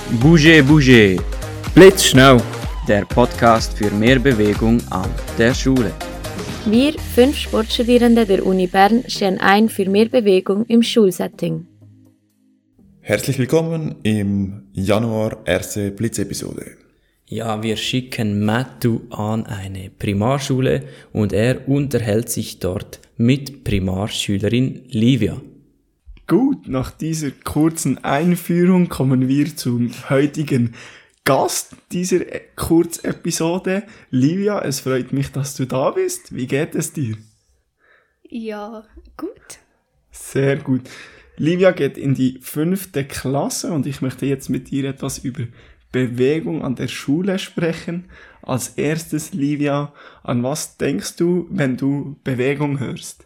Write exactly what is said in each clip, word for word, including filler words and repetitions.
Bouger, bouger. Blitzschnell. Der Podcast für mehr Bewegung an der Schule. Wir, fünf Sportstudierende der Uni Bern, stehen ein für mehr Bewegung im Schulsetting. Herzlich willkommen im Januar erste Blitzepisode. Ja, wir schicken Mattu an eine Primarschule und er unterhält sich dort mit Primarschülerin Livia. Gut, nach dieser kurzen Einführung kommen wir zum heutigen Gast dieser Kurzepisode. Livia, es freut mich, dass du da bist. Wie geht es dir? Ja, gut. Sehr gut. Livia geht in die fünfte Klasse und ich möchte jetzt mit dir etwas über Bewegung an der Schule sprechen. Als erstes, Livia, an was denkst du, wenn du Bewegung hörst?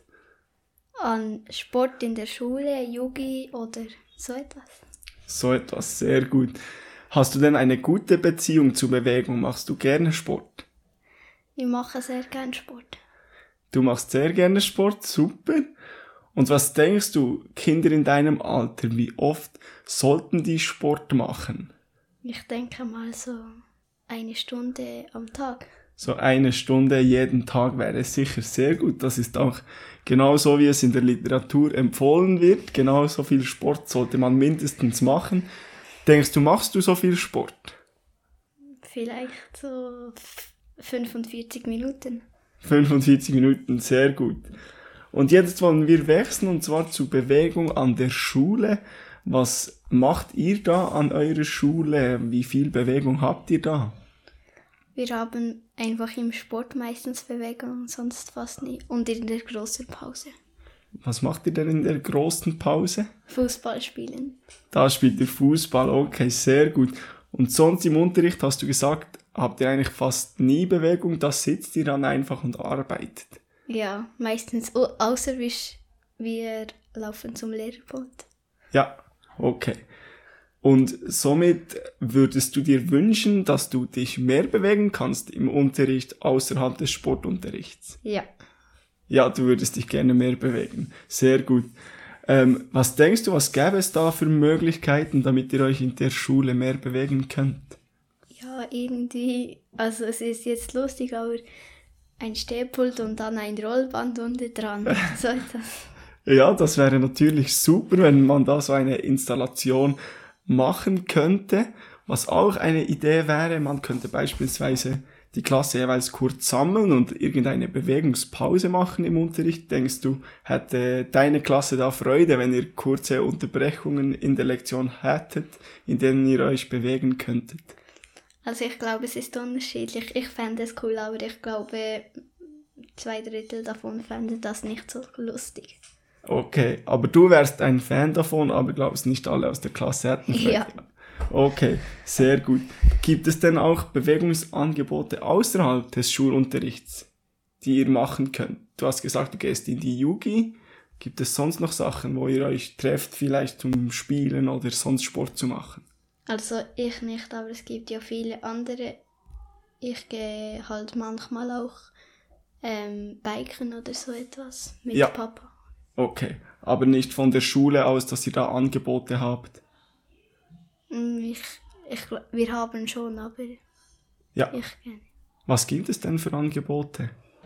An Sport in der Schule, Yogi oder so etwas. So etwas, sehr gut. Hast du denn eine gute Beziehung zur Bewegung? Machst du gerne Sport? Ich mache sehr gerne Sport. Du machst sehr gerne Sport, super. Und was denkst du, Kinder in deinem Alter, wie oft sollten die Sport machen? Ich denke mal so eine Stunde am Tag. So eine Stunde jeden Tag wäre sicher sehr gut. Das ist auch genau so, wie es in der Literatur empfohlen wird. Genau so viel Sport sollte man mindestens machen. Denkst du, machst du so viel Sport? Vielleicht so fünfundvierzig Minuten. fünfundvierzig Minuten, sehr gut. Und jetzt wollen wir wechseln, und zwar zur Bewegung an der Schule. Was macht ihr da an eurer Schule? Wie viel Bewegung habt ihr da? Wir haben einfach im Sport meistens Bewegung, sonst fast nie. Und in der großen Pause. Was macht ihr denn in der großen Pause? Fußball spielen. Da spielt ihr Fußball, okay, sehr gut. Und sonst im Unterricht hast du gesagt, habt ihr eigentlich fast nie Bewegung, da sitzt ihr dann einfach und arbeitet. Ja, meistens, au- außer wir, wir laufen zum Lehrerpult. Ja, okay. Und somit würdest du dir wünschen, dass du dich mehr bewegen kannst im Unterricht außerhalb des Sportunterrichts? Ja. Ja, du würdest dich gerne mehr bewegen. Sehr gut. Ähm, was denkst du, was gäbe es da für Möglichkeiten, damit ihr euch in der Schule mehr bewegen könnt? Ja, irgendwie, also es ist jetzt lustig, aber ein Stehpult und dann ein Rollband unten dran. So etwas. Ja, das wäre natürlich super, wenn man da so eine Installation machen könnte. Was auch eine Idee wäre, man könnte beispielsweise die Klasse jeweils kurz sammeln und irgendeine Bewegungspause machen im Unterricht. Denkst du, hätte deine Klasse da Freude, wenn ihr kurze Unterbrechungen in der Lektion hättet, in denen ihr euch bewegen könntet? Also ich glaube, es ist unterschiedlich. Ich fände es cool, aber ich glaube, zwei Drittel davon fänden das nicht so lustig. Okay, aber du wärst ein Fan davon, aber glaubst nicht alle aus der Klasse hätten Freude. Ja. Okay, sehr gut. Gibt es denn auch Bewegungsangebote außerhalb des Schulunterrichts, die ihr machen könnt? Du hast gesagt, du gehst in die Yugi. Gibt es sonst noch Sachen, wo ihr euch trefft, vielleicht zum Spielen oder sonst Sport zu machen? Also ich nicht, aber es gibt ja viele andere. Ich gehe halt manchmal auch ähm, biken oder so etwas mit Ja. Papa. Okay, aber nicht von der Schule aus, dass ihr da Angebote habt? Mm, Ich, ich, gl- wir haben schon, aber Ja. ich gehe nicht. Was gibt es denn für Angebote?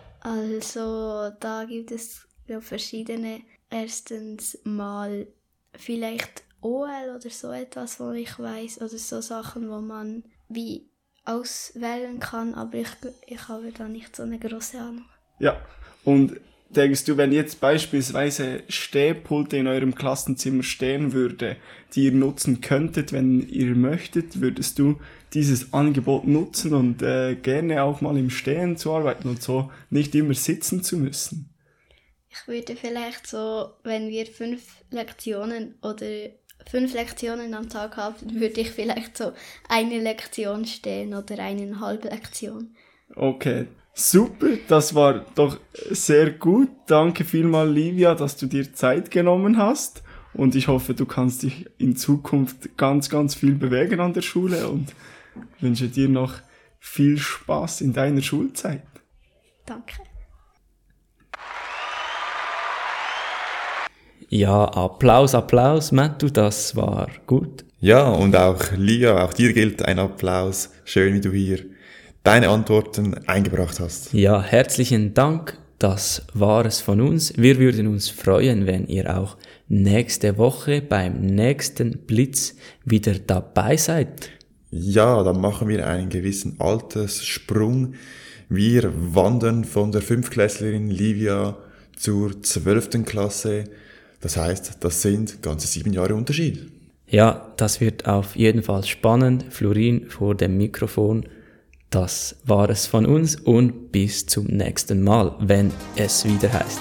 Also da gibt es ja verschiedene. Erstens mal vielleicht O L oder so etwas, wo ich weiß, oder so Sachen, wo man wie auswählen kann, aber ich, ich habe da nicht so eine große Ahnung. Ja, und denkst du, wenn jetzt beispielsweise Stehpulte in eurem Klassenzimmer stehen würde, die ihr nutzen könntet, wenn ihr möchtet, würdest du dieses Angebot nutzen und äh, gerne auch mal im Stehen zu arbeiten und so nicht immer sitzen zu müssen? Ich würde vielleicht so, wenn wir fünf Lektionen oder fünf Lektionen am Tag haben, würde ich vielleicht so eine Lektion stehen oder eineinhalb Lektion. Okay, super, das war doch sehr gut. Danke vielmals, Livia, dass du dir Zeit genommen hast. Und ich hoffe, du kannst dich in Zukunft ganz, ganz viel bewegen an der Schule und wünsche dir noch viel Spaß in deiner Schulzeit. Danke. Ja, Applaus, Applaus, Mattu, das war gut. Ja, und auch Lia, auch dir gilt ein Applaus. Schön, wie du hier deine Antworten eingebracht hast. Ja, herzlichen Dank, das war es von uns. Wir würden uns freuen, wenn ihr auch nächste Woche beim nächsten Blitz wieder dabei seid. Ja, dann machen wir einen gewissen Alterssprung. Wir wandern von der Fünftklässlerin Livia zur zwölften Klasse. Das heißt, das sind ganze sieben Jahre Unterschied. Ja, das wird auf jeden Fall spannend. Florin vor dem Mikrofon. Das war es von uns und bis zum nächsten Mal, wenn es wieder heißt.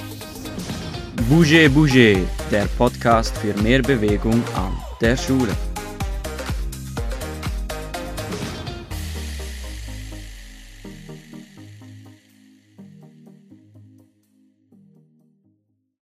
Bouger Bouger, der Podcast für mehr Bewegung an der Schule.